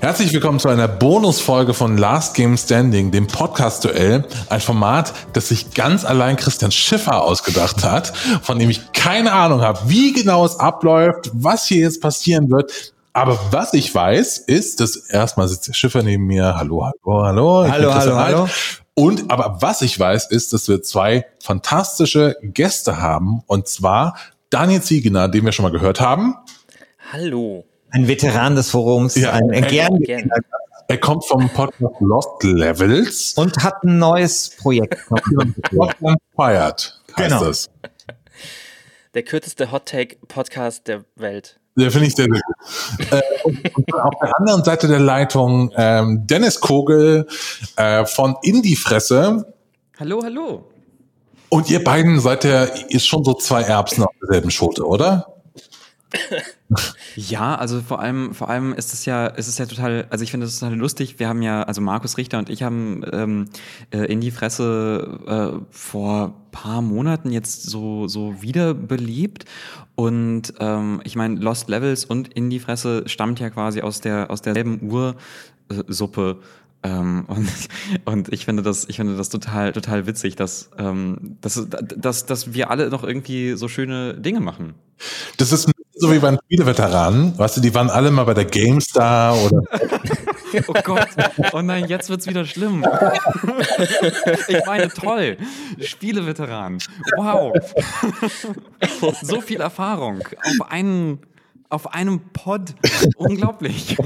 Herzlich willkommen zu einer Bonusfolge von Last Game Standing, dem Podcast-Duell. Ein Format, das sich ganz allein Christian Schiffer ausgedacht hat, von dem ich keine Ahnung habe, wie genau es abläuft, was hier jetzt passieren wird. Aber was ich weiß, ist, dass erstmal sitzt der Schiffer neben mir. Hallo. Hallo. Aber was ich weiß, ist, dass wir zwei fantastische Gäste haben. Und zwar Daniel Ziegener, den wir schon mal gehört haben. Hallo. Ein Veteran des Forums, Ja, gern. Er kommt vom Podcast Lost Levels. Und hat ein neues Projekt. Fired heißt das. Der kürzeste Hot-Take-Podcast der Welt. Der finde ich sehr, sehr gut. Und auf der anderen Seite der Leitung Dennis Kogel von Indie-Fresse. Hallo. Und ihr beiden ist schon so zwei Erbsen auf derselben Schote, oder? Ja, also vor allem ist es ja total, also ich finde das total lustig. Wir haben ja, also Markus Richter und ich haben Indie-Fresse vor paar Monaten jetzt so wiederbelebt. Und ich meine, Lost Levels und Indie-Fresse stammt ja quasi aus derselben Ursuppe. Und ich finde das total witzig, dass wir alle noch irgendwie so schöne Dinge machen. Das ist so wie beim Spieleveteranen, weißt du, die waren alle mal bei der GameStar oder. Oh Gott, oh nein, jetzt wird's wieder schlimm. Ich meine, toll, Spieleveteran, wow. So viel Erfahrung auf einem Pod, unglaublich.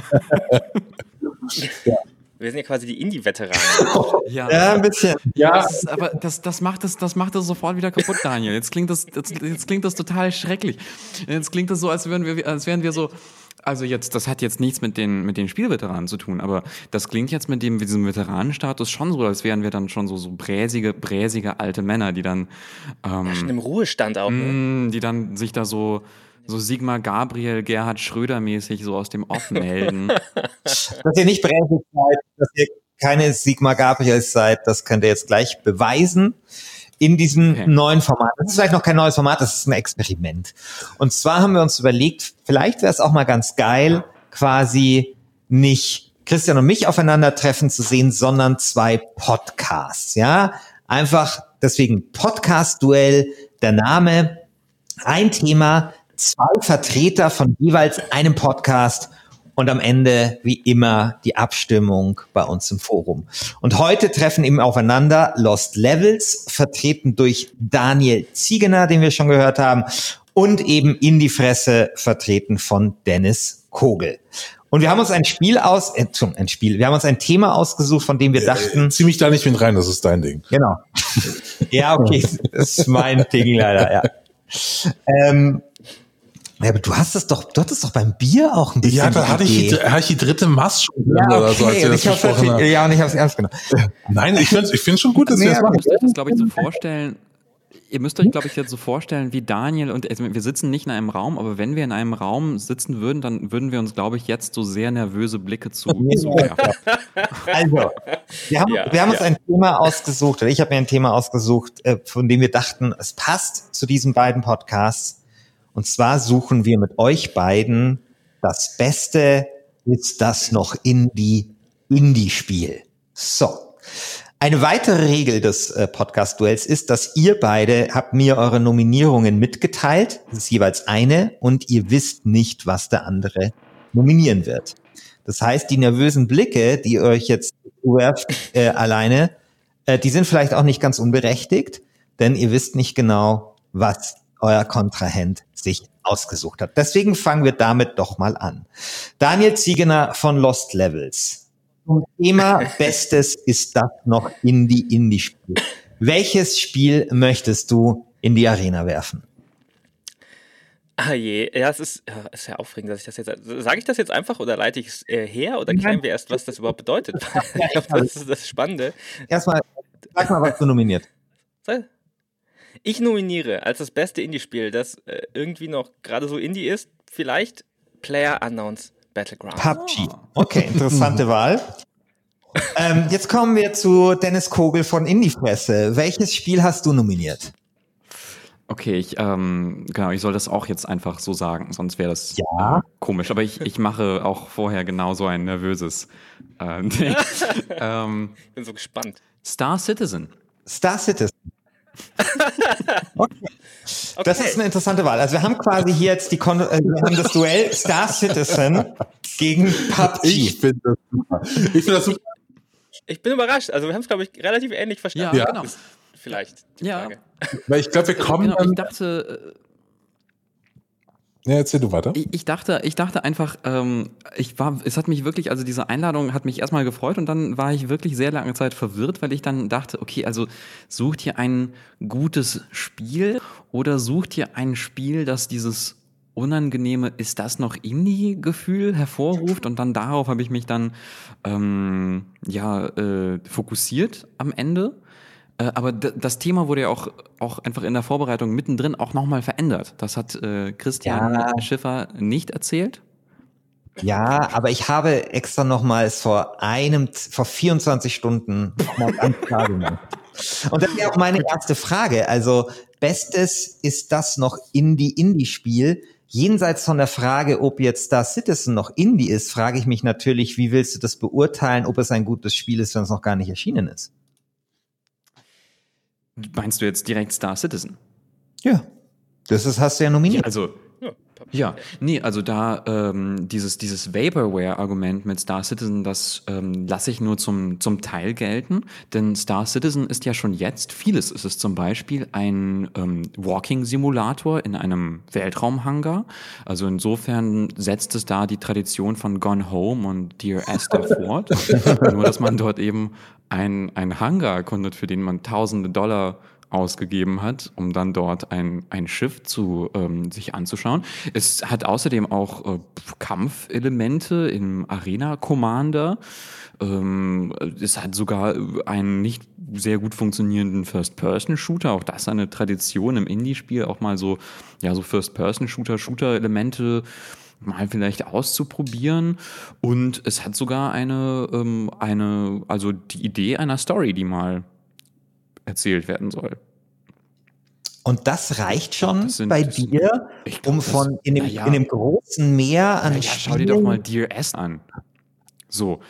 Wir sind ja quasi die Indie-Veteranen. Ja, ein bisschen. Ja, aber das macht es sofort wieder kaputt, Daniel. Jetzt klingt das total schrecklich. Jetzt klingt das so, als wären wir so. Also jetzt, das hat jetzt nichts mit den Spielveteranen zu tun, aber das klingt jetzt mit diesem Veteranenstatus schon so, als wären wir dann schon so bräsige alte Männer, die dann schon im Ruhestand auch, ne? Die dann sich da so Sigmar Gabriel, Gerhard Schröder-mäßig so aus dem Off melden. Dass ihr nicht bräsig seid, dass ihr keine Sigmar Gabriels seid, das könnt ihr jetzt gleich beweisen in diesem neuen Format. Das ist vielleicht noch kein neues Format, das ist ein Experiment. Und zwar haben wir uns überlegt, vielleicht wäre es auch mal ganz geil, quasi nicht Christian und mich aufeinandertreffen zu sehen, sondern zwei Podcasts, ja? Einfach deswegen Podcast-Duell, der Name, ein Thema, zwei Vertreter von jeweils einem Podcast und am Ende, wie immer, die Abstimmung bei uns im Forum. Und heute treffen eben aufeinander Lost Levels, vertreten durch Daniel Ziegener, den wir schon gehört haben, und eben Indie-Fresse, vertreten von Dennis Kogel. Und wir haben uns wir haben uns ein Thema ausgesucht, von dem wir dachten... Zieh mich da nicht mit rein, das ist dein Ding. Genau. Ja, okay, das ist mein Ding leider, ja. Ja, aber du hattest doch beim Bier auch ein bisschen. Ja, da hatte ich die dritte Mast schon drin oder so, als wir das besprochen haben. Ja, und ich habe es ernst genommen. Nein, ich finde schon gut, dass wir das machen. Ihr müsst euch das, glaube ich, so vorstellen. Ihr müsst euch, glaube ich, jetzt so vorstellen, wie Daniel und also wir sitzen nicht in einem Raum, aber wenn wir in einem Raum sitzen würden, dann würden wir uns, glaube ich, jetzt so sehr nervöse Blicke zuwerfen. Also, wir haben uns ein Thema ausgesucht, oder ich habe mir ein Thema ausgesucht, von dem wir dachten, es passt zu diesen beiden Podcasts. Und zwar suchen wir mit euch beiden das Beste ist das noch Indie-Spiel. So. Eine weitere Regel des Podcast-Duells ist, dass ihr beide habt mir eure Nominierungen mitgeteilt. Das ist jeweils eine und ihr wisst nicht, was der andere nominieren wird. Das heißt, die nervösen Blicke, die ihr euch jetzt werft alleine, die sind vielleicht auch nicht ganz unberechtigt, denn ihr wisst nicht genau, was euer Kontrahent sich ausgesucht hat. Deswegen fangen wir damit doch mal an. Daniel Ziegener von Lost Levels. Zum Thema Bestes ist das noch Indie-Spiel. Welches Spiel möchtest du in die Arena werfen? Ah je, ja, es ist ja aufregend, dass ich das jetzt... Sage ich das jetzt einfach oder leite ich es her oder klären wir erst, was das überhaupt bedeutet? Ich glaube, das ist das Spannende. Erstmal, sag mal, was du nominiert. Ich nominiere als das beste Indie-Spiel, das irgendwie noch gerade so Indie ist, vielleicht PlayerUnknown's Battlegrounds. PUBG. Okay, interessante Wahl. Jetzt kommen wir zu Dennis Kogel von Indie-Fresse. Welches Spiel hast du nominiert? Okay, genau, ich soll das auch jetzt einfach so sagen, sonst wäre das Ja. komisch. Aber ich mache auch vorher genauso ein nervöses Ding. Ich bin so gespannt. Star Citizen. Star Citizen. Okay. Das ist eine interessante Wahl. Also wir haben quasi hier jetzt wir haben das Duell Star Citizen gegen PUBG. Ich finde das super. Ich bin überrascht. Also wir haben es, glaube ich, relativ ähnlich verstanden. Ja, genau. Ist vielleicht die Ja. Frage. Weil ich glaube, wir kommen Genau, ich dachte, Ja, erzähl du weiter. ich dachte einfach, es hat mich wirklich, also diese Einladung hat mich erstmal gefreut und dann war ich wirklich sehr lange Zeit verwirrt, weil ich dann dachte, okay, also sucht ihr ein gutes Spiel oder sucht ihr ein Spiel, das dieses unangenehme, ist das noch Indie-Gefühl hervorruft, und dann darauf habe ich mich dann fokussiert am Ende. Aber das Thema wurde ja auch einfach in der Vorbereitung mittendrin auch nochmal verändert. Das hat Christian Schiffer nicht erzählt. Ja, aber ich habe extra nochmals vor 24 Stunden mal ganz klar gemacht. Und das wäre auch meine erste Frage. Also, Bestes, ist das noch Indie-Spiel? Jenseits von der Frage, ob jetzt Star Citizen noch Indie ist, frage ich mich natürlich, wie willst du das beurteilen, ob es ein gutes Spiel ist, wenn es noch gar nicht erschienen ist? Meinst du jetzt direkt Star Citizen? Ja. Hast du ja nominiert. Also, also da dieses Vaporware-Argument mit Star Citizen, das lasse ich nur zum Teil gelten, denn Star Citizen ist ja schon jetzt vieles. Es ist zum Beispiel ein Walking-Simulator in einem Weltraumhangar. Also insofern setzt es da die Tradition von Gone Home und Dear Esther fort. Nur, dass man dort eben ein Hangar erkundet, für den man tausende Dollar ausgegeben hat, um dann dort ein Schiff sich anzuschauen. Es hat außerdem auch Kampfelemente im Arena Commander. Es hat sogar einen nicht sehr gut funktionierenden First-Person-Shooter. Auch das eine Tradition im Indie-Spiel, auch mal so First-Person-Shooter-Elemente mal vielleicht auszuprobieren. Und es hat sogar also die Idee einer Story, die mal erzählt werden soll. Und das reicht schon bei dir, in dem großen Meer an Spielen... Schau dir doch mal Dear Esther an. So,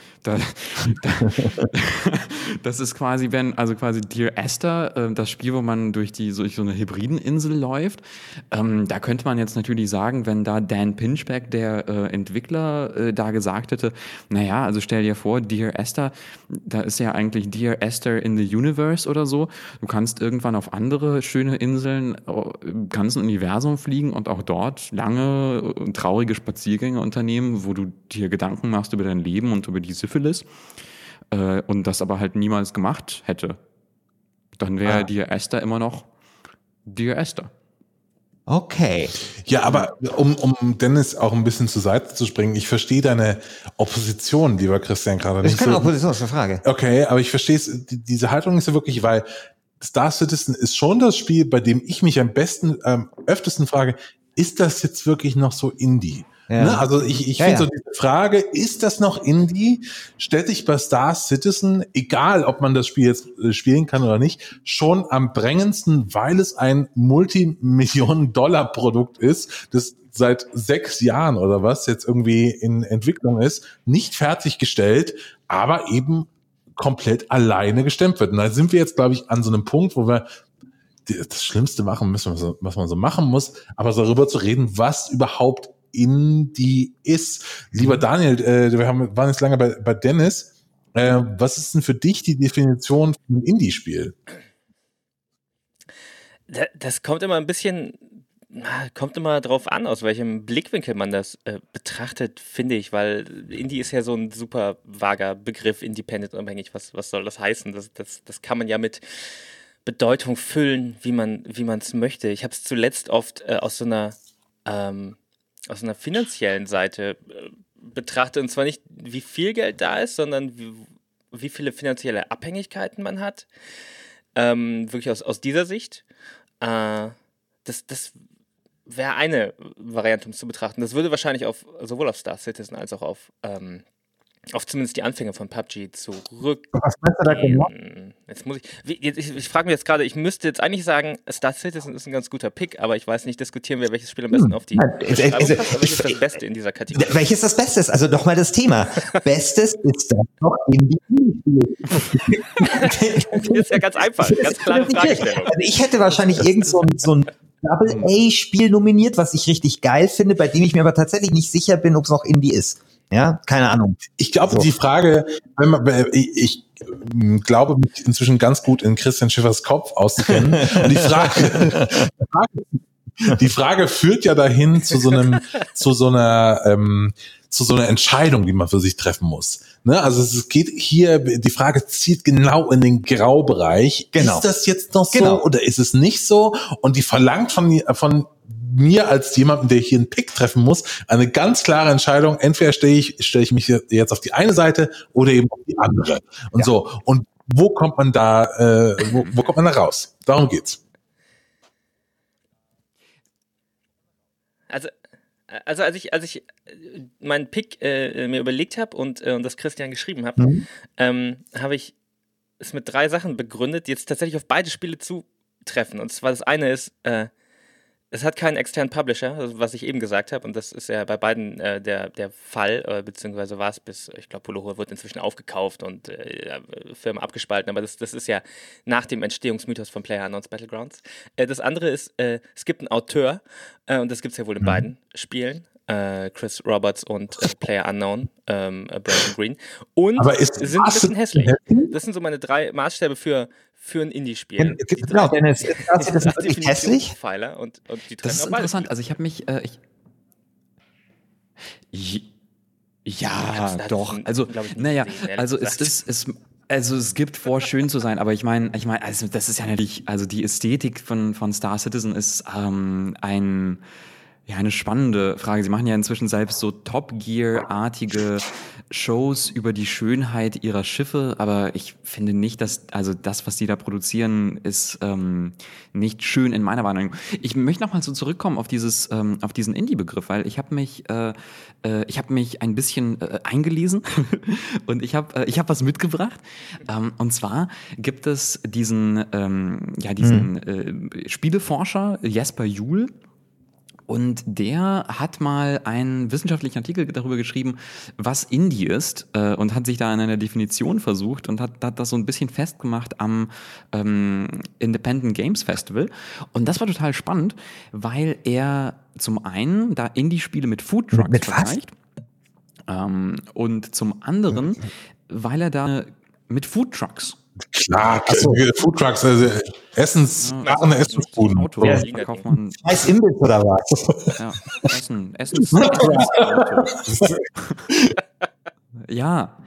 das ist quasi, quasi Dear Esther, das Spiel, wo man durch so eine Hybrideninsel läuft. Da könnte man jetzt natürlich sagen, wenn da Dan Pinchbeck, der Entwickler, da gesagt hätte, naja, also stell dir vor, Dear Esther, da ist ja eigentlich Dear Esther in the Universe oder so. Du kannst irgendwann auf andere schöne Inseln im ganzen Universum fliegen und auch dort lange, traurige Spaziergänge unternehmen, wo du dir Gedanken machst über dein Leben und über die Syphilis, und das aber halt niemals gemacht hätte, dann wäre Dear Esther immer noch Dear Esther. Okay. Ja, aber um Dennis auch ein bisschen zur Seite zu springen, ich verstehe deine Opposition, lieber Christian, gerade nicht. Das ist keine Opposition, das ist eine Frage. Okay, aber ich verstehe es, diese Haltung nicht so wirklich, weil Star Citizen ist schon das Spiel, bei dem ich mich öftesten frage, ist das jetzt wirklich noch so Indie? Ja. Ne? Also ich finde so diese Frage, ist das noch Indie, stellt sich bei Star Citizen, egal ob man das Spiel jetzt spielen kann oder nicht, schon am drängendsten, weil es ein Multimillionen-Dollar-Produkt ist, das seit 6 Jahren oder was jetzt irgendwie in Entwicklung ist, nicht fertiggestellt, aber eben komplett alleine gestemmt wird. Und da sind wir jetzt, glaube ich, an so einem Punkt, wo wir das Schlimmste machen müssen, was man so machen muss, aber so darüber zu reden, was überhaupt Indie ist. Lieber Daniel, wir waren jetzt lange bei Dennis. Was ist denn für dich die Definition von einem Indie-Spiel? Das kommt immer drauf an, aus welchem Blickwinkel man das betrachtet, finde ich, weil Indie ist ja so ein super vager Begriff, independent, unabhängig. Was soll das heißen? Das kann man ja mit Bedeutung füllen, wie man es möchte. Ich habe es zuletzt oft aus einer finanziellen Seite betrachtet, und zwar nicht, wie viel Geld da ist, sondern wie viele finanzielle Abhängigkeiten man hat. Wirklich aus dieser Sicht. Das wäre eine Variante, um es zu betrachten. Das würde wahrscheinlich sowohl auf Star Citizen als auch auf zumindest die Anfänge von PUBG zurück. Was meinst du da genau? Ich frage mich jetzt gerade, ich müsste jetzt eigentlich sagen, Star Citizen ist ein ganz guter Pick, aber ich weiß nicht, diskutieren wir, welches Spiel am besten auf die Beschreibung passt, aber welches ist das Beste in dieser Kategorie? Welches das Beste ist? Also nochmal das Thema. Bestes ist das noch Indie-Spiel. Das ist ja ganz einfach, ganz klare Fragestellung. Also ich hätte wahrscheinlich irgend so ein Double-A-Spiel nominiert, was ich richtig geil finde, bei dem ich mir aber tatsächlich nicht sicher bin, ob es noch Indie ist. Ja, keine Ahnung. Ich glaube, die Frage, ich glaube, mich inzwischen ganz gut in Christian Schiffers Kopf auszukennen. Und die Frage führt ja dahin zu so einer Entscheidung, die man für sich treffen muss. Ne? Also es geht hier, die Frage zielt genau in den Graubereich. Genau. Ist das jetzt noch so oder ist es nicht so? Und die verlangt von mir als jemandem, der hier einen Pick treffen muss, eine ganz klare Entscheidung. Entweder stelle ich mich jetzt auf die eine Seite oder eben auf die andere. Und so. Und wo kommt man da, wo kommt man da raus? Darum geht's. Also als ich meinen Pick mir überlegt habe und das Christian geschrieben habe, habe ich es mit 3 Sachen begründet, die jetzt tatsächlich auf beide Spiele zutreffen. Und zwar das eine ist, es hat keinen externen Publisher, also was ich eben gesagt habe, und das ist ja bei beiden der Fall, beziehungsweise war es ich glaube, Polo wird inzwischen aufgekauft und Firma abgespalten, aber das ist ja nach dem Entstehungsmythos von PlayerUnknown's Battlegrounds. Das andere ist, es gibt einen Auteur, und das gibt es ja wohl in beiden Spielen, Chris Roberts und PlayerUnknown, Brandon Green, und sind ein bisschen hässlich. Das sind so meine 3 Maßstäbe für ein Indie-Spiel. Genau, denn es ist wirklich hässlich. Und die das ist interessant. Also ich habe mich... doch. Also, naja, also es gibt vor, schön zu sein, aber ich meine, also das ist ja natürlich, also die Ästhetik von Star Citizen ist eine spannende Frage. Sie machen ja inzwischen selbst so Top Gear-artige Shows über die Schönheit ihrer Schiffe, aber ich finde nicht, dass, also das, was die da produzieren, ist nicht schön in meiner Wahrnehmung. Ich möchte noch mal so zurückkommen auf diesen Indie-Begriff, weil ich habe mich ein bisschen eingelesen und ich habe was mitgebracht. Und zwar gibt es diesen Spieleforscher Jesper Juhl. Und der hat mal einen wissenschaftlichen Artikel darüber geschrieben, was Indie ist, und hat sich da an einer Definition versucht und hat das so ein bisschen festgemacht am Independent Games Festival. Und das war total spannend, weil er zum einen da Indie-Spiele mit Foodtrucks vergleicht, und zum anderen, weil er da mit Foodtrucks. Klar, Foodtrucks, also Essensbuden. Auto, verkauft man. Scheiß Imbiss oder was? Ja, Essen. Ja,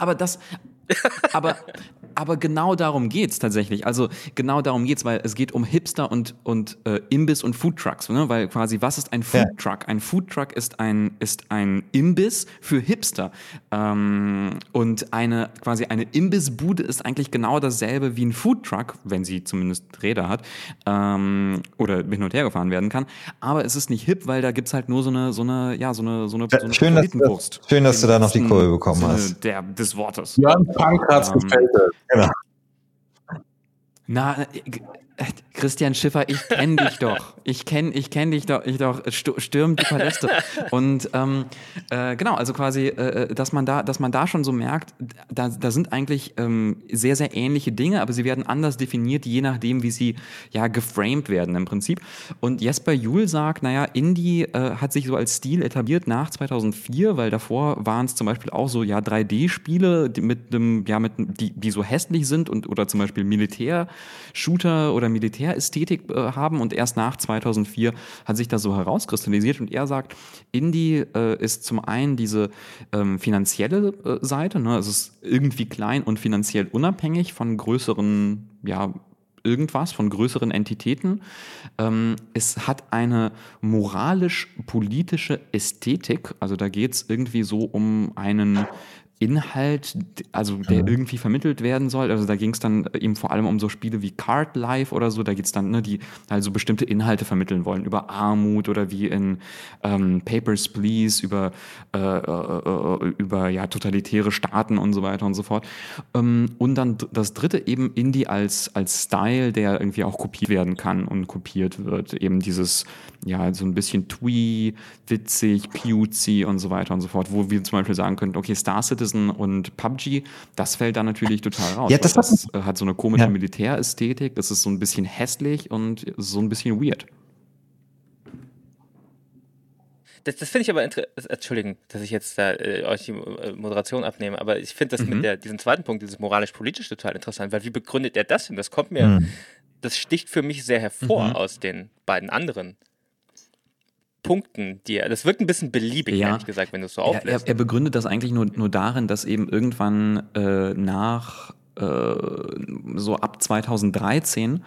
aber genau darum geht's tatsächlich. Also genau darum geht's, weil es geht um Hipster und Imbiss und Foodtrucks, ne? Weil quasi, was ist ein Foodtruck? Ein Foodtruck ist ein Imbiss für Hipster. Und eine Imbissbude ist eigentlich genau dasselbe wie ein Foodtruck, wenn sie zumindest Räder hat, oder hin und her gefahren werden kann. Aber es ist nicht hip, weil da gibt's halt nur so eine Fritenwurst. Schön, dass du da noch die Kurve bekommen hast. Des Wortes. Ja, ein Pankratz gefällt. Genau. Na, Christian Schiffer, ich kenne dich doch. Ich kenn dich doch. Stürm die Paläste. Und genau, also quasi, dass man da schon so merkt, da sind eigentlich sehr, sehr ähnliche Dinge, aber sie werden anders definiert, je nachdem, wie sie geframed werden im Prinzip. Und Jesper Juhl sagt, naja, Indie hat sich so als Stil etabliert nach 2004, weil davor waren es zum Beispiel auch so 3D-Spiele die so hässlich sind oder zum Beispiel Militär-Shooter oder Militärästhetik haben, und erst nach 2004 hat sich das so herauskristallisiert, und er sagt, Indie ist zum einen diese finanzielle Seite, ne? Es ist irgendwie klein und finanziell unabhängig von größeren, von größeren Entitäten. Es hat eine moralisch-politische Ästhetik, also da geht es irgendwie so um einen Inhalt, also der irgendwie vermittelt werden soll. Also da ging es dann eben vor allem um so Spiele wie Card Life oder so. Da geht es dann, ne, die also bestimmte Inhalte vermitteln wollen über Armut oder wie in Papers, Please über ja, totalitäre Staaten und so weiter und so fort. Und dann das dritte eben Indie als Style, der irgendwie auch kopiert werden kann und kopiert wird. Eben dieses, ja, so ein bisschen twee, witzig, cutesy und so weiter und so fort, wo wir zum Beispiel sagen könnten, okay, Star Citizen und PUBG, das fällt da natürlich total raus. Ja, das hat so eine komische Militärästhetik, das ist so ein bisschen hässlich und so ein bisschen weird. Das finde ich aber Entschuldigen, dass ich jetzt da euch die Moderation abnehme, aber ich finde das mit diesem zweiten Punkt, dieses moralisch-politisch total interessant, weil wie begründet er das denn? Das kommt mir, das sticht für mich sehr hervor aus den beiden anderen Punkten, das wirkt ein bisschen beliebig, ehrlich gesagt, wenn du es so auflässt. Er begründet das eigentlich nur darin, dass eben irgendwann nach so ab 2013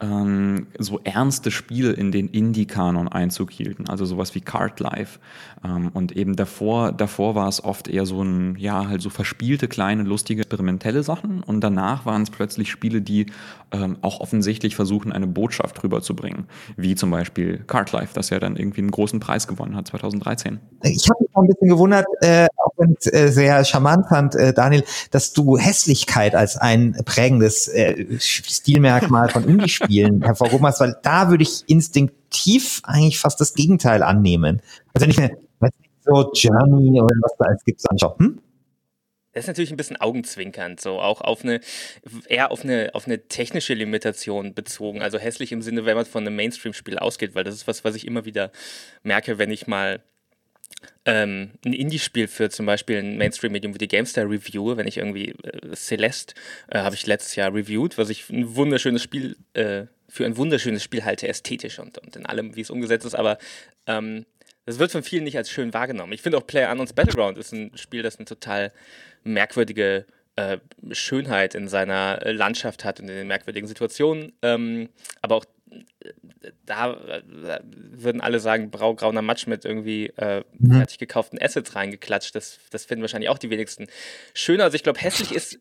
so ernste Spiele in den Indie-Kanon Einzug hielten, also sowas wie Card Life. Und eben davor war es oft eher so ein, ja, halt so verspielte, kleine, lustige, experimentelle Sachen. Und danach waren es plötzlich Spiele, die auch offensichtlich versuchen, eine Botschaft rüberzubringen. Wie zum Beispiel Card Life, das ja dann irgendwie einen großen Preis gewonnen hat, 2013. Ich habe mich auch ein bisschen gewundert, auch wenn ich es sehr charmant fand, Daniel, dass du Hässlichkeit als ein prägendes Stilmerkmal von Indie-Spielen hervorgehoben hast, weil da würde ich instinktiv eigentlich fast das Gegenteil annehmen. Also nicht mehr, so Journey oder was da alles gibt, anschauen. Das ist natürlich ein bisschen augenzwinkernd, so auch eher auf eine technische Limitation bezogen, also hässlich im Sinne, wenn man von einem Mainstream-Spiel ausgeht, weil das ist was ich immer wieder merke, wenn ich mal ein Indie-Spiel für zum Beispiel ein Mainstream-Medium wie die GameStar reviewe, wenn ich irgendwie Celeste habe ich letztes Jahr reviewed, was ich ein wunderschönes Spiel für ein wunderschönes Spiel halte, ästhetisch und in allem, wie es umgesetzt ist, aber das wird von vielen nicht als schön wahrgenommen. Ich finde auch PlayerUnknown's Battleground ist ein Spiel, das eine total merkwürdige Schönheit in seiner Landschaft hat und in den merkwürdigen Situationen, aber auch da würden alle sagen, grauer Matsch mit irgendwie fertig gekauften Assets reingeklatscht. Das finden wahrscheinlich auch die wenigsten schöner. Also ich glaube, hässlich ist,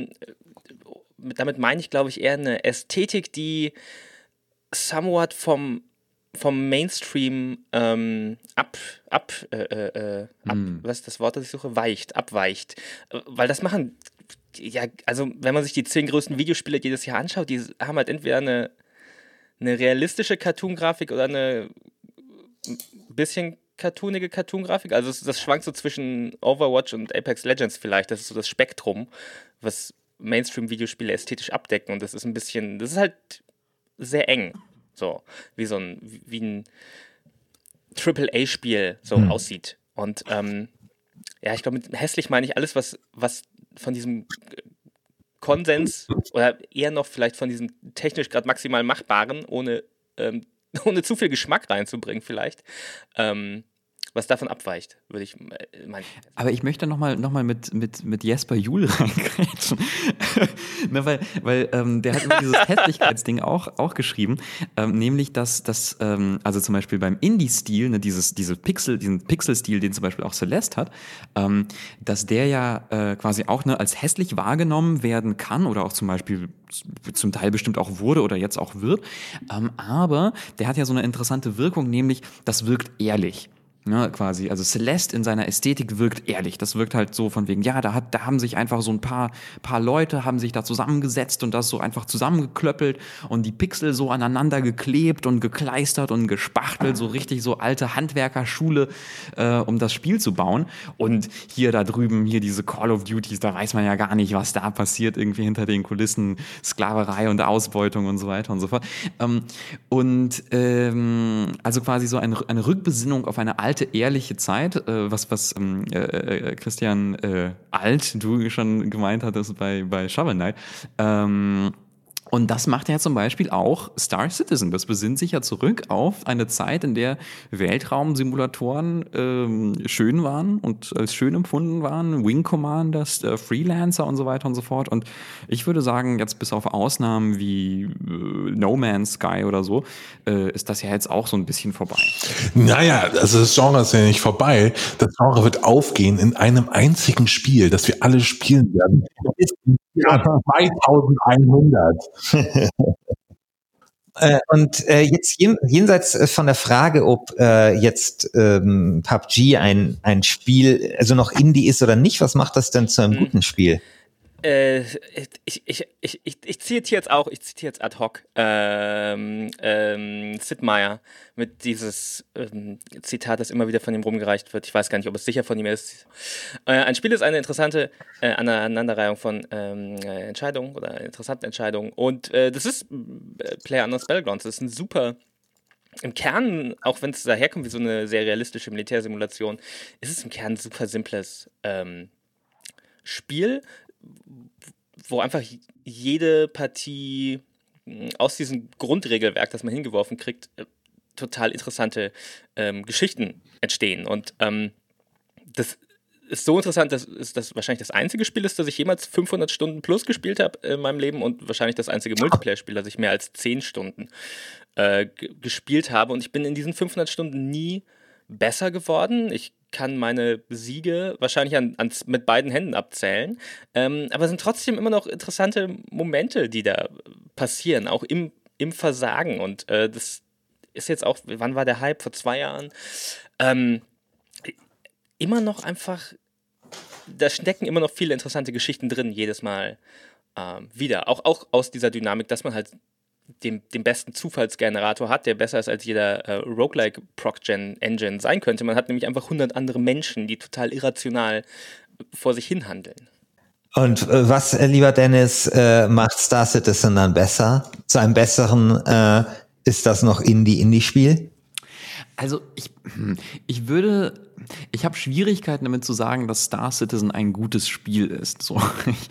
damit meine ich, glaube ich, eher eine Ästhetik, die somewhat vom Mainstream was ist das Wort, das ich suche? Abweicht. Weil das machen, ja, also wenn man sich die 10 größten Videospiele jedes Jahr anschaut, die haben halt entweder eine realistische Cartoon-Grafik oder eine bisschen cartoonige Cartoon-Grafik. Also das schwankt so zwischen Overwatch und Apex Legends vielleicht. Das ist so das Spektrum, was Mainstream-Videospiele ästhetisch abdecken. Und das ist halt sehr eng. So, wie ein AAA-Spiel so aussieht. Und ja, ich glaube, mit hässlich meine ich alles, was von diesem Konsens oder eher noch vielleicht von diesem technisch gerade maximal Machbaren, ohne zu viel Geschmack reinzubringen vielleicht, was davon abweicht, würde ich meinen. Aber ich möchte noch mal mit Jesper Juhl reingrätschen. Ne, weil der hat immer dieses Hässlichkeitsding auch geschrieben, nämlich dass also zum Beispiel beim Indie-Stil, ne, diesen Pixel-Stil, den zum Beispiel auch Celeste hat, dass der ja quasi auch, ne, als hässlich wahrgenommen werden kann oder auch zum Beispiel zum Teil bestimmt auch wurde oder jetzt auch wird, aber der hat ja so eine interessante Wirkung, nämlich das wirkt ehrlich. Ja, quasi. Also Celeste in seiner Ästhetik wirkt ehrlich. Das wirkt halt so von wegen, ja, da haben sich einfach so ein paar Leute haben sich da zusammengesetzt und das so einfach zusammengeklöppelt und die Pixel so aneinander geklebt und gekleistert und gespachtelt, so richtig so alte Handwerkerschule, um das Spiel zu bauen. Und hier da drüben, hier diese Call of Duties, da weiß man ja gar nicht, was da passiert, irgendwie hinter den Kulissen, Sklaverei und Ausbeutung und so weiter und so fort. Also quasi so eine Rückbesinnung auf eine alte, ehrliche Zeit, was Christian Alt, du schon gemeint hattest bei Shovel Knight, Und das macht ja zum Beispiel auch Star Citizen. Das besinnt sich ja zurück auf eine Zeit, in der Weltraumsimulatoren schön waren und als schön empfunden waren. Wing Commanders, Freelancer und so weiter und so fort. Und ich würde sagen, jetzt bis auf Ausnahmen wie No Man's Sky oder so, ist das ja jetzt auch so ein bisschen vorbei. Naja, also das Genre ist ja nicht vorbei. Das Genre wird aufgehen in einem einzigen Spiel, das wir alle spielen werden. Das ist im Jahr 2100. Und jetzt jenseits von der Frage, ob jetzt PUBG ein Spiel, also noch Indie ist oder nicht, was macht das denn zu einem guten Spiel? Ich zitiere jetzt ad hoc Sid Meier mit dieses Zitat, das immer wieder von ihm rumgereicht wird. Ich weiß gar nicht, ob es sicher von ihm ist. Ein Spiel ist eine interessante Aneinanderreihung von Entscheidungen oder interessanten Entscheidungen. Und das ist PlayerUnknown's Battlegrounds. Das ist ein super, im Kern, auch wenn es daherkommt wie so eine sehr realistische Militärsimulation, ist es im Kern ein super simples Spiel, wo einfach jede Partie aus diesem Grundregelwerk, das man hingeworfen kriegt, total interessante Geschichten entstehen. Und das ist so interessant, dass das wahrscheinlich das einzige Spiel ist, das ich jemals 500 Stunden plus gespielt habe in meinem Leben und wahrscheinlich das einzige Multiplayer-Spiel, das ich mehr als 10 Stunden gespielt habe. Und ich bin in diesen 500 Stunden nie besser geworden. Ich kann meine Siege wahrscheinlich mit beiden Händen abzählen. Aber es sind trotzdem immer noch interessante Momente, die da passieren, auch im Versagen. Und das ist jetzt auch, wann war der Hype? Vor 2 Jahren. Immer noch einfach, da stecken immer noch viele interessante Geschichten drin, jedes Mal wieder. Auch aus dieser Dynamik, dass man halt den besten Zufallsgenerator hat, der besser ist als jeder Roguelike Proc-Gen-Engine sein könnte. Man hat nämlich einfach 100 andere Menschen, die total irrational vor sich hin handeln. Und was, lieber Dennis, macht Star Citizen dann besser? Zu einem besseren, ist das noch Indie-Spiel? Also ich habe Schwierigkeiten damit zu sagen, dass Star Citizen ein gutes Spiel ist. So,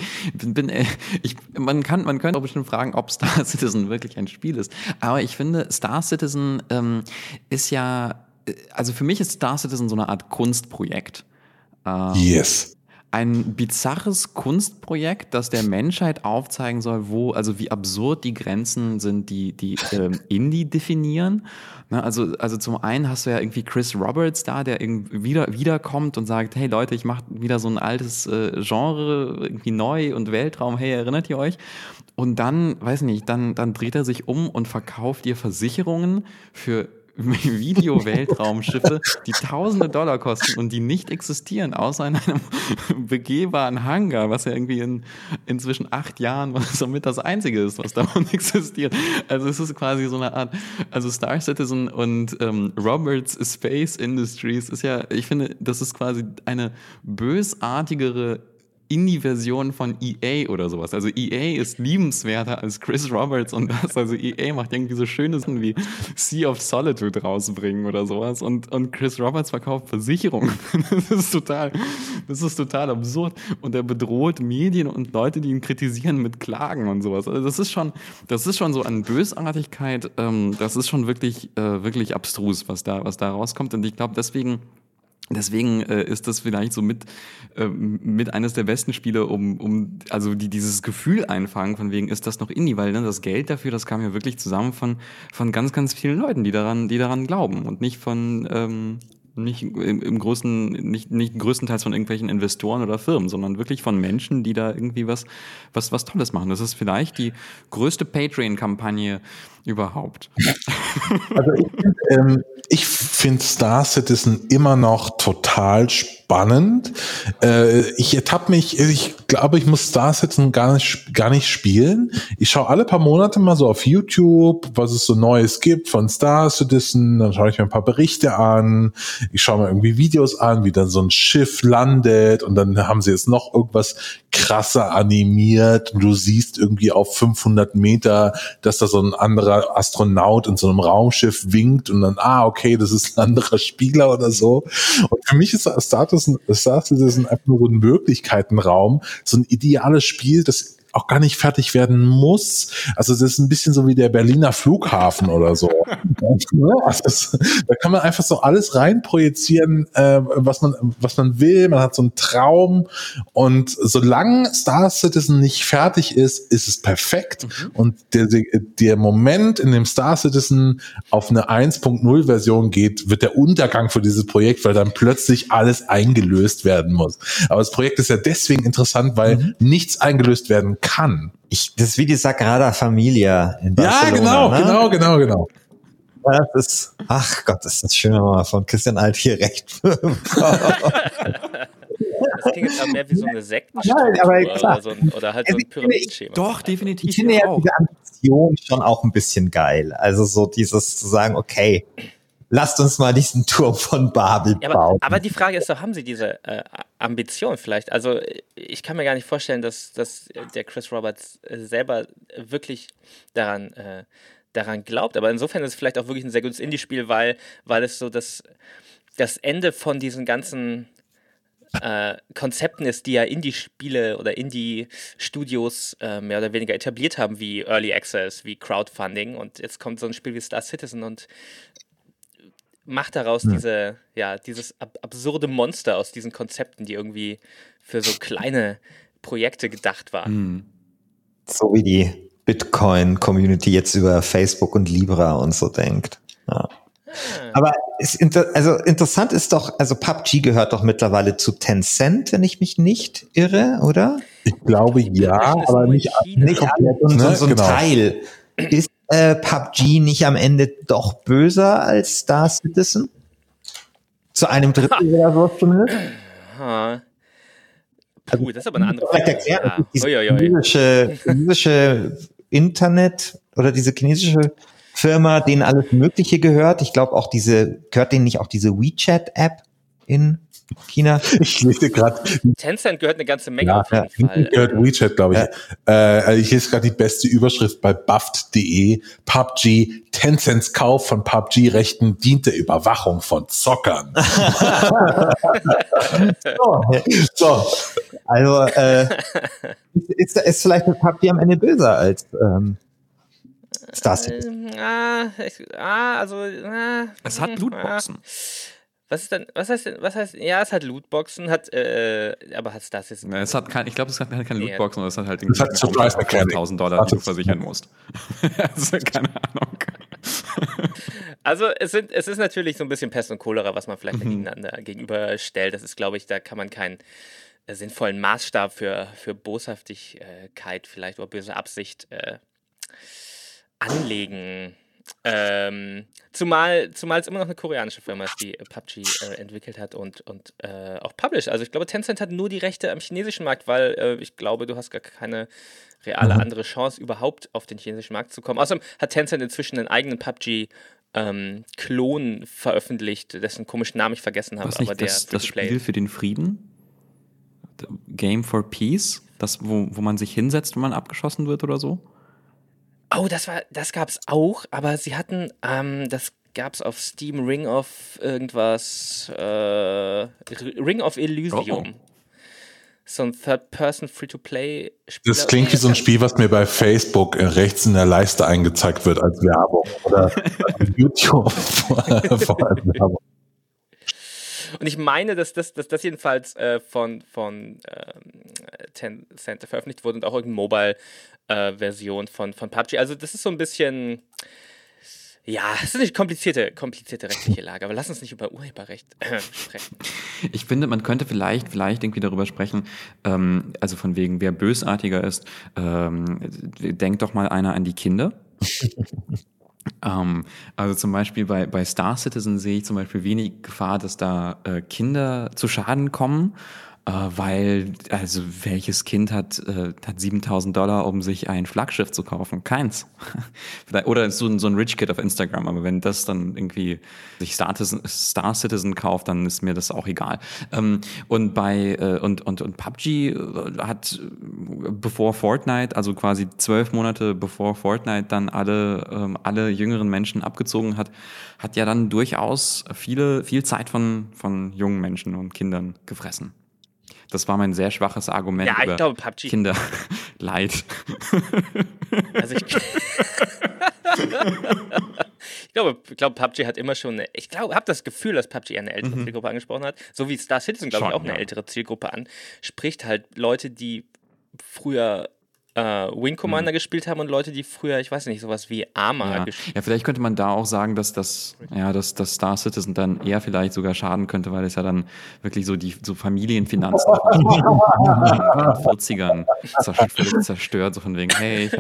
man könnte auch bestimmt fragen, ob Star Citizen wirklich ein Spiel ist. Aber ich finde, Star Citizen ist ja, also für mich ist Star Citizen so eine Art Kunstprojekt. Yes. Ein bizarres Kunstprojekt, das der Menschheit aufzeigen soll, wie absurd die Grenzen sind, die Indie definieren. Ne, also zum einen hast du ja irgendwie Chris Roberts da, der irgendwie wiederkommt und sagt, hey Leute, ich mache wieder so ein altes Genre irgendwie neu und Weltraum, hey, erinnert ihr euch? Und dann, weiß nicht, dann dreht er sich um und verkauft ihr Versicherungen für Video-Weltraumschiffe, die Tausende Dollar kosten und die nicht existieren, außer in einem begehbaren Hangar, was ja irgendwie inzwischen 8 Jahren somit das Einzige ist, was davon existiert. Also es ist quasi so eine Art, also Star Citizen und Roberts Space Industries ist ja, ich finde, das ist quasi eine bösartigere Indie-Version von EA oder sowas. Also EA ist liebenswerter als Chris Roberts und das. Also EA macht irgendwie so schöne Sachen wie Sea of Solitude rausbringen oder sowas und Chris Roberts verkauft Versicherungen. Das ist total absurd. Und er bedroht Medien und Leute, die ihn kritisieren mit Klagen und sowas. Also das ist schon so an Bösartigkeit, das ist schon wirklich abstrus, was da rauskommt. Und ich glaube, deswegen ist das vielleicht so mit eines der besten Spiele, also die dieses Gefühl einfangen, von wegen ist das noch Indie, weil ne, das Geld dafür, das kam ja wirklich zusammen von ganz, ganz vielen Leuten, die daran glauben und nicht von nicht größtenteils von irgendwelchen Investoren oder Firmen, sondern wirklich von Menschen, die da irgendwie was Tolles machen. Das ist vielleicht die größte Patreon-Kampagne überhaupt. Also ich finde Star Citizen immer noch total spannend. Ich ertappe mich, ich glaube, ich muss Star Citizen gar nicht spielen. Ich schaue alle paar Monate mal so auf YouTube, was es so Neues gibt von Star Citizen. Dann schaue ich mir ein paar Berichte an. Ich schaue mir irgendwie Videos an, wie dann so ein Schiff landet und dann haben sie jetzt noch irgendwas krasser animiert. Du siehst irgendwie auf 500 Meter, dass da so ein anderer Astronaut in so einem Raumschiff winkt und dann, okay, das ist ein anderer Spieler oder so. Und für mich ist Star Citizen einfach nur so ein Möglichkeitenraum, so ein ideales Spiel, das auch gar nicht fertig werden muss. Also das ist ein bisschen so wie der Berliner Flughafen oder so. Also da kann man einfach so alles reinprojizieren, was man will. Man hat so einen Traum und solange Star Citizen nicht fertig ist, ist es perfekt. Und der Moment, in dem Star Citizen auf eine 1.0 Version geht, wird der Untergang für dieses Projekt, weil dann plötzlich alles eingelöst werden muss. Aber das Projekt ist ja deswegen interessant, weil nichts eingelöst werden kann. Das ist wie die Sagrada Familia in Barcelona. Ja, genau. Das ist, ach Gott, das ist schön, wenn man von Christian Alt hier recht. Das klingt jetzt aber mehr wie so eine Sektenstruktur oder halt so ein Pyramidenschema. Doch, definitiv. Ich finde ja diese Ambition schon auch ein bisschen geil. Also so dieses zu sagen, okay, lasst uns mal diesen Turm von Babel bauen. Aber die Frage ist doch, haben sie diese Ambition vielleicht? Also ich kann mir gar nicht vorstellen, dass der Chris Roberts selber wirklich daran glaubt. Aber insofern ist es vielleicht auch wirklich ein sehr gutes Indie-Spiel, weil es so das Ende von diesen ganzen Konzepten ist, die ja Indie-Spiele oder Indie-Studios mehr oder weniger etabliert haben, wie Early Access, wie Crowdfunding. Und jetzt kommt so ein Spiel wie Star Citizen und macht daraus dieses absurde Monster aus diesen Konzepten, die irgendwie für so kleine Projekte gedacht waren. So wie die Bitcoin-Community jetzt über Facebook und Libra und so denkt. Ja. Aber interessant ist doch, also PUBG gehört doch mittlerweile zu Tencent, wenn ich mich nicht irre, oder? Ich glaube ja, aber nicht komplett. So ein Teil. Ist PUBG nicht am Ende doch böser als Star Citizen? Zu einem Drittel oder so zumindest? Puh, das ist aber eine andere Frage. Erklären, chinesische Internet oder diese chinesische Firma, denen alles Mögliche gehört. Ich glaube auch gehört denen nicht auch diese WeChat-App in China? Ich lese gerade. Tencent gehört eine ganze Menge auf jeden Fall. Gehört WeChat, glaube ich. Ich lese gerade die beste Überschrift bei Buffed.de. PUBG, Tencents Kauf von PUBG-Rechten dient der Überwachung von Zockern. So. Also ist vielleicht das PUBG am Ende böser als Star Citizen? Es hat Lootboxen. Was heißt, ja, es hat Lootboxen, aber hat Star Citizen. Ich glaube, es hat keine Lootboxen, aber es hat halt $1.000, die du versichern musst. Also, keine Ahnung. Also, es ist natürlich so ein bisschen Pest und Cholera, was man vielleicht gegeneinander gegenüberstellt. Das ist, glaube ich, da kann man keinen sinnvollen Maßstab für Boshaftigkeit vielleicht oder böse Absicht anlegen. Zumal es immer noch eine koreanische Firma ist, die PUBG entwickelt hat und auch published. Also ich glaube, Tencent hat nur die Rechte am chinesischen Markt, weil ich glaube, du hast gar keine reale andere Chance, überhaupt auf den chinesischen Markt zu kommen. Außerdem hat Tencent inzwischen einen eigenen PUBG-Klon veröffentlicht, dessen komischen Namen ich vergessen habe. Aber das Spiel für den Frieden? Game for Peace? Das, wo man sich hinsetzt, wenn man abgeschossen wird oder so? Oh, das gab's auch, aber sie hatten, das gab's auf Steam, Ring of irgendwas, Ring of Elysium. So ein Third-Person Free-to-Play-Spiel. Das klingt wie so ein Spiel, was mir bei Facebook rechts in der Leiste angezeigt wird als Werbung oder auf YouTube vor allem Werbung. Und ich meine, dass das jedenfalls von Tencent veröffentlicht wurde und auch irgendeine Mobile-Version von PUBG. Also das ist so ein bisschen, ja, es ist eine komplizierte rechtliche Lage, aber lass uns nicht über Urheberrecht sprechen. Ich finde, man könnte vielleicht irgendwie darüber sprechen, also von wegen, wer bösartiger ist, denkt doch mal einer an die Kinder. Also zum Beispiel bei Star Citizen sehe ich zum Beispiel wenig Gefahr, dass da Kinder zu Schaden kommen, weil, also welches Kind hat $7.000, um sich ein Flaggschiff zu kaufen? Keins. Oder so ein Rich Kid auf Instagram, aber wenn das dann irgendwie sich Star Citizen kauft, dann ist mir das auch egal. Und PUBG hat bevor Fortnite, also quasi 12 Monate bevor Fortnite dann alle jüngeren Menschen abgezogen hat ja dann durchaus viel Zeit von jungen Menschen und Kindern gefressen. Das war mein sehr schwaches Argument ja, ich über glaube, PUBG. Kinder. leid. Also ich glaube, PUBG hat immer schon habe das Gefühl, dass PUBG eher eine ältere Zielgruppe angesprochen hat. So wie Star Citizen, glaube ich, auch eine ältere Zielgruppe anspricht. Halt Leute, die früher Wing Commander gespielt haben und Leute, die früher, ich weiß nicht, sowas wie Arma gespielt haben. Ja, vielleicht könnte man da auch sagen, dass das Star Citizen dann eher vielleicht sogar schaden könnte, weil es ja dann wirklich so die Familienfinanzen in den 40ern völlig zerstört, so von wegen, hey,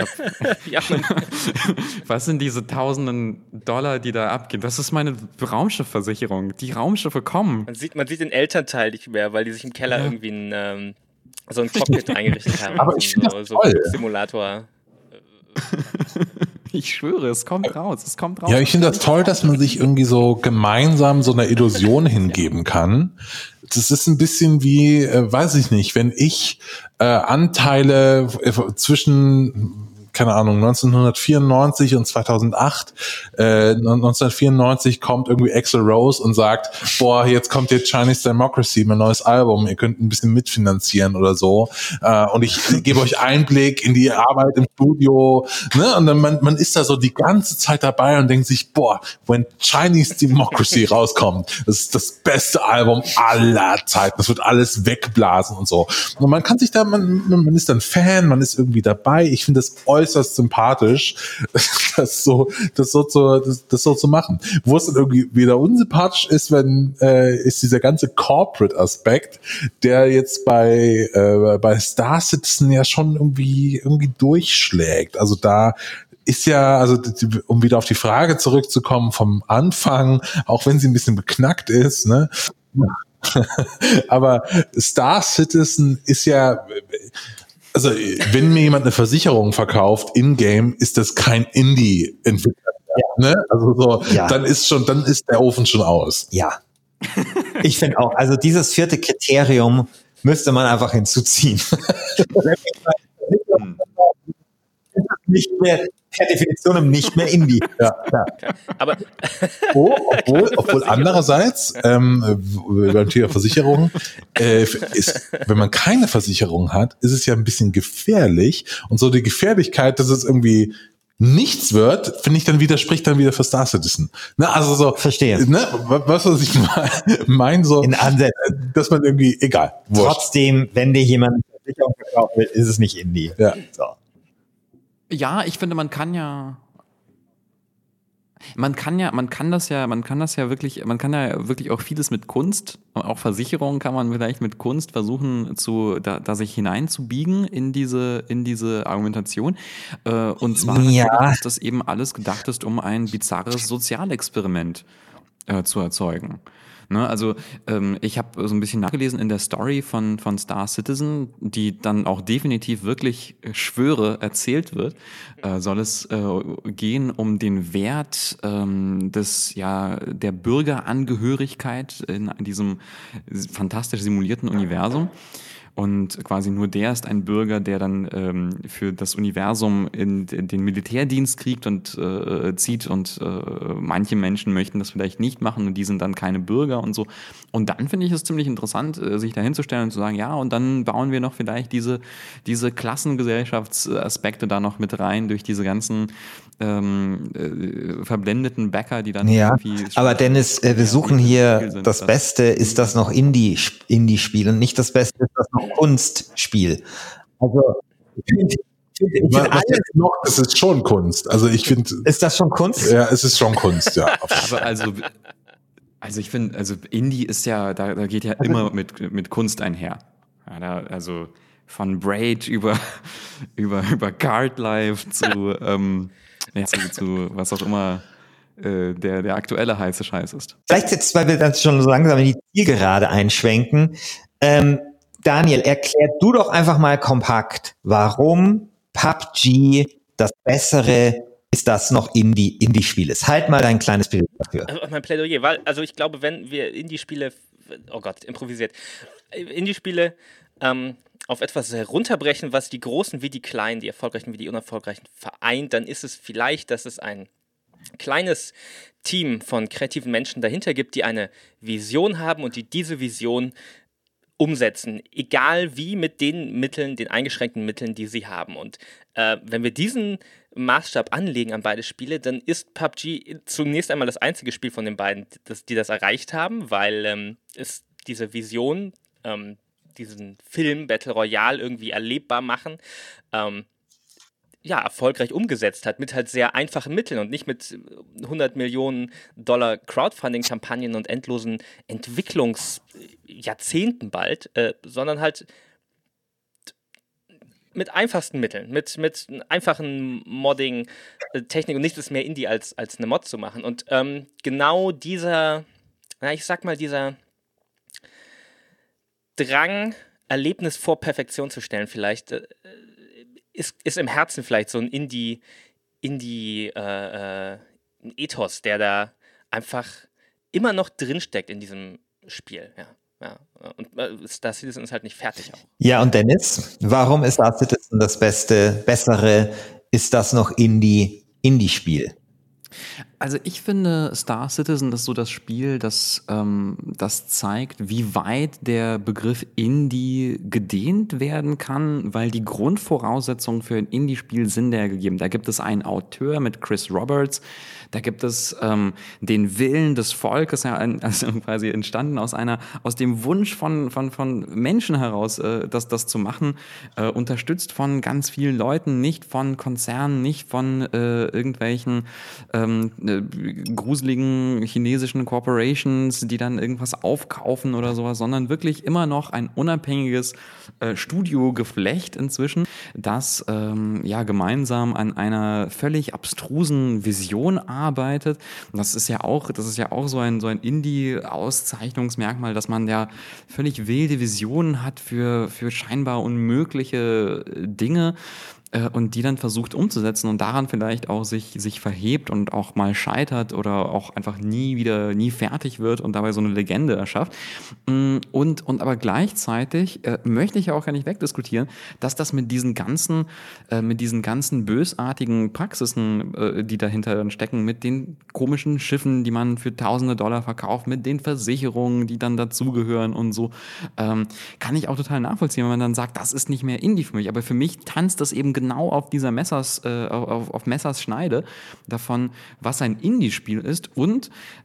was sind diese tausenden Dollar, die da abgehen? Das ist meine Raumschiffversicherung. Die Raumschiffe kommen. Man sieht den Elternteil nicht mehr, weil die sich im Keller irgendwie so ein Cockpit eingerichtet haben. Aber ich finde das toll. Simulator. Ich schwöre, es kommt raus. Ja, ich finde das toll, dass man sich irgendwie so gemeinsam so einer Illusion hingeben kann. Das ist ein bisschen wie, weiß ich nicht, wenn ich Anteile zwischen, keine Ahnung, 1994 und 2008, 1994 kommt irgendwie Axl Rose und sagt, boah, jetzt kommt jetzt Chinese Democracy, mein neues Album, ihr könnt ein bisschen mitfinanzieren oder so, und ich gebe euch Einblick in die Arbeit im Studio, ne? Und dann man ist da so die ganze Zeit dabei und denkt sich, boah, wenn Chinese Democracy rauskommt, das ist das beste Album aller Zeiten, das wird alles wegblasen und so. Und man kann sich da, man ist dann Fan, man ist irgendwie dabei, ich finde das äußerst sympathisch, das so zu machen. Wo es dann irgendwie wieder unsympathisch ist, ist dieser ganze Corporate-Aspekt, der jetzt bei Star Citizen ja schon irgendwie durchschlägt. Also da ist ja, also um wieder auf die Frage zurückzukommen vom Anfang, auch wenn sie ein bisschen beknackt ist, ne? Aber Star Citizen ist ja, also wenn mir jemand eine Versicherung verkauft in-game, ist das kein Indie-Entwickler. Ja. Ne? Also so, dann ist der Ofen schon aus. Ja. Ich finde auch, also dieses 4. Kriterium müsste man einfach hinzuziehen. Nicht mehr, per Definition nicht mehr Indie. Ja. Aber obwohl andererseits, beim Thema Versicherung, wenn man keine Versicherung hat, ist es ja ein bisschen gefährlich. Und so die Gefährlichkeit, dass es irgendwie nichts wird, finde ich, widerspricht dann wieder für Star Citizen. Ne, also so. Verstehe. Ne, was ich meine, so. In Ansätzen. Dass man irgendwie, egal. Wurscht. Trotzdem, wenn dir jemand eine Versicherung verkaufen will, ist es nicht Indie. Ja. So. Ja, ich finde, man kann ja wirklich auch vieles mit Kunst, auch Versicherungen kann man vielleicht mit Kunst versuchen da sich hineinzubiegen in diese Argumentation. Und zwar, dass das eben alles gedacht ist, um ein bizarres Sozialexperiment zu erzeugen. Ne, also ich habe so ein bisschen nachgelesen in der Story von Star Citizen, die dann auch definitiv wirklich, schwöre, erzählt wird, soll es gehen um den Wert der Bürgerangehörigkeit in diesem fantastisch simulierten Universum. Und quasi nur der ist ein Bürger, der dann für das Universum in den Militärdienst kriegt und zieht. Und manche Menschen möchten das vielleicht nicht machen und die sind dann keine Bürger und so. Und dann finde ich es ziemlich interessant, sich da hinzustellen und zu sagen, ja, und dann bauen wir noch vielleicht diese Klassengesellschaftsaspekte da noch mit rein durch diese ganzen verblendeten Bäcker, die dann irgendwie... Aber Dennis, wir suchen hier das Beste, ist das noch Indie-Spiel und nicht das Beste, ist das noch Kunstspiel. Also es ist schon Kunst. Also ich finde... Ist das schon Kunst? Ja, es ist schon Kunst, ja. Aber also ich finde, also Indie ist ja, da geht ja immer mit Kunst einher. Ja, also von Braid über Card Life zu was auch immer der aktuelle heiße Scheiß ist. Vielleicht jetzt, weil wir dann schon so langsam in die Zielgerade einschwenken. Daniel, erklär du doch einfach mal kompakt, warum PUBG das bessere ist, das noch Indie-Spiel ist. Halt mal dein kleines Bild dafür. Also mein Plädoyer, weil, also ich glaube, wenn wir Indie-Spiele, oh Gott, improvisiert, Indie-Spiele auf etwas herunterbrechen, was die Großen wie die Kleinen, die Erfolgreichen wie die Unerfolgreichen vereint, dann ist es vielleicht, dass es ein kleines Team von kreativen Menschen dahinter gibt, die eine Vision haben und die diese Vision umsetzen, egal wie, mit den Mitteln, den eingeschränkten Mitteln, die sie haben. Und wenn wir diesen Maßstab anlegen an beide Spiele, dann ist PUBG zunächst einmal das einzige Spiel von den beiden, die das erreicht haben, weil es diese Vision, diesen Film Battle Royale irgendwie erlebbar machen, erfolgreich umgesetzt hat, mit halt sehr einfachen Mitteln und nicht mit 100 Millionen Dollar Crowdfunding-Kampagnen und endlosen Entwicklungsjahrzehnten bald, sondern halt mit einfachsten Mitteln, mit einfachen Modding-Technik und nichts ist mehr Indie als eine Mod zu machen. Und genau dieser Drang, Erlebnis vor Perfektion zu stellen, vielleicht ist im Herzen vielleicht so ein Indie-Ethos, der da einfach immer noch drinsteckt in diesem Spiel, ja. Und Star Citizen ist halt nicht fertig auch. Ja, und Dennis, warum ist Star Citizen das bessere, ist das noch Indie-Spiel? Also ich finde, Star Citizen ist so das Spiel, das zeigt, wie weit der Begriff Indie gedehnt werden kann, weil die Grundvoraussetzungen für ein Indie-Spiel sind ja gegeben. Da gibt es einen Auteur mit Chris Roberts, da gibt es den Willen des Volkes, also quasi entstanden aus dem Wunsch von Menschen heraus, das zu machen, unterstützt von ganz vielen Leuten, nicht von Konzernen, nicht von irgendwelchen gruseligen chinesischen Corporations, die dann irgendwas aufkaufen oder sowas, sondern wirklich immer noch ein unabhängiges Studiogeflecht inzwischen, das gemeinsam an einer völlig abstrusen Vision arbeitet. Und das ist ja auch so ein Indie-Auszeichnungsmerkmal, dass man ja völlig wilde Visionen hat für scheinbar unmögliche Dinge. Und die dann versucht umzusetzen und daran vielleicht auch sich verhebt und auch mal scheitert oder auch einfach nie fertig wird und dabei so eine Legende erschafft. Und aber gleichzeitig möchte ich auch gar nicht wegdiskutieren, dass das mit diesen ganzen bösartigen Praxisen, die dahinter dann stecken, mit den komischen Schiffen, die man für tausende $, verkauft, mit den Versicherungen, die dann dazugehören und so, kann ich auch total nachvollziehen, wenn man dann sagt, das ist nicht mehr Indie für mich. Aber für mich tanzt das eben genau auf dieser auf Messers Schneide davon, was ein Indie-Spiel ist und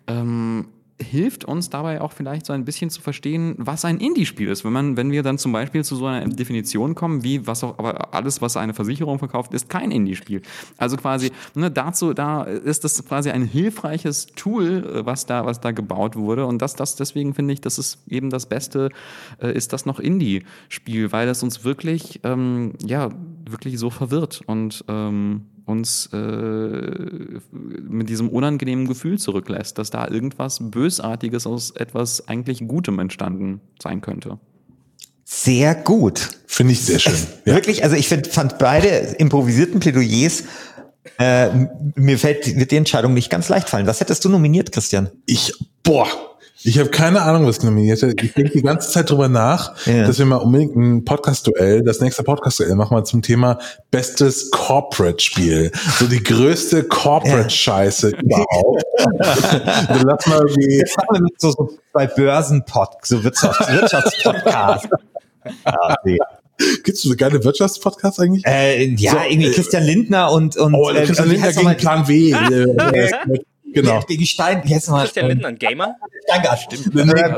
hilft uns dabei auch vielleicht so ein bisschen zu verstehen, was ein Indie-Spiel ist. Wenn wir dann zum Beispiel zu so einer Definition kommen, aber alles, was eine Versicherung verkauft, ist kein Indie-Spiel. Also quasi, da ist das quasi ein hilfreiches Tool, was da gebaut wurde und deswegen finde ich, das ist eben das Beste, ist das noch Indie-Spiel, weil das uns wirklich so verwirrt und uns mit diesem unangenehmen Gefühl zurücklässt, dass da irgendwas Bösartiges aus etwas eigentlich Gutem entstanden sein könnte. Sehr gut. Finde ich sehr schön. Ja. Wirklich, also ich fand beide improvisierten Plädoyers, mir wird die Entscheidung nicht ganz leicht fallen. Was hättest du nominiert, Christian? Ich habe keine Ahnung, was ich nominiert hätte. Ich denke die ganze Zeit drüber nach, dass wir mal unbedingt das nächste Podcast-Duell machen wir zum Thema bestes Corporate-Spiel. So die größte Corporate-Scheiße überhaupt. Lass mal jetzt machen wir mit so bei so Wirtschaftspodcast. Gibt's so geile Wirtschaftspodcasts eigentlich? Irgendwie Christian Lindner und Christian Lindner gegen Plan W. Genau. Gegen Stein, jetzt mal. Christian Lindner, ein Gamer? Steingart. Stimmt.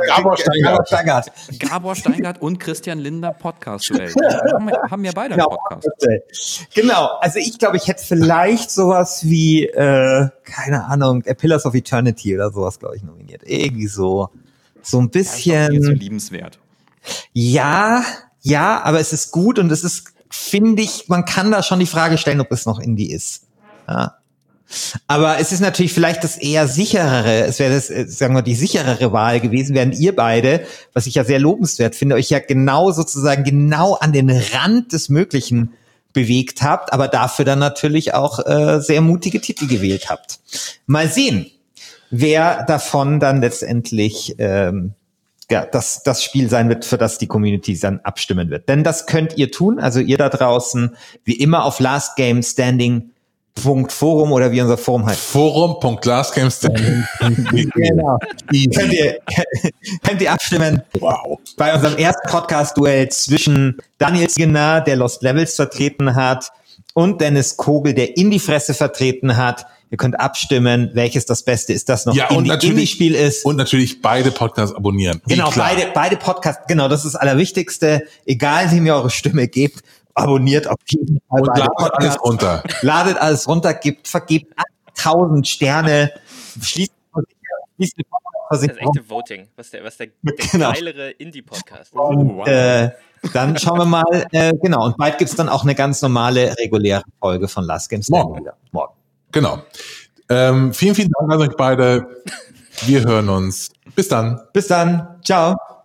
Gabor Steingart und Christian Lindner Podcast-Duell. Haben ja beide einen Podcast. Genau. Also ich glaube, ich hätte vielleicht sowas wie, keine Ahnung, Pillars of Eternity oder sowas, glaube ich, nominiert. Irgendwie so ein bisschen. Das ist so liebenswert. Ja, aber es ist gut und es ist, finde ich, man kann da schon die Frage stellen, ob es noch Indie ist. Ja. Aber es ist natürlich vielleicht das eher sicherere, es wäre das, sagen wir, die sicherere Wahl gewesen, während ihr beide, was ich ja sehr lobenswert finde, euch ja genau an den Rand des Möglichen bewegt habt, aber dafür dann natürlich auch sehr mutige Titel gewählt habt. Mal sehen, wer davon dann letztendlich das Spiel sein wird, für das die Community dann abstimmen wird. Denn das könnt ihr tun, also ihr da draußen, wie immer auf lastgamestanding.de Forum oder wie unser Forum heißt. Forum.lastgamestanding. Genau. Könnt ihr abstimmen. Wow. Bei unserem ersten Podcast-Duell zwischen Daniel Ziegener, der Lost Levels vertreten hat, und Dennis Kogel, der Indie-Fresse vertreten hat. Ihr könnt abstimmen, welches das Beste ist, das noch Indie-Spiel ist. Und natürlich beide Podcasts abonnieren. Genau, beide Podcasts, genau, das ist das Allerwichtigste. Egal, wie mir eure Stimme gebt, abonniert auf jeden Fall. Und ladet alles runter. Ladet alles runter, vergebt 8000 Sterne, schließt das ist echte Voting. Was der genau. geilere Indie-Podcast. Und dann schauen wir mal, genau, und bald gibt's dann auch eine ganz normale, reguläre Folge von Last Games Morgen. Genau. Vielen, vielen Dank an euch beide. Wir hören uns. Bis dann. Bis dann. Ciao.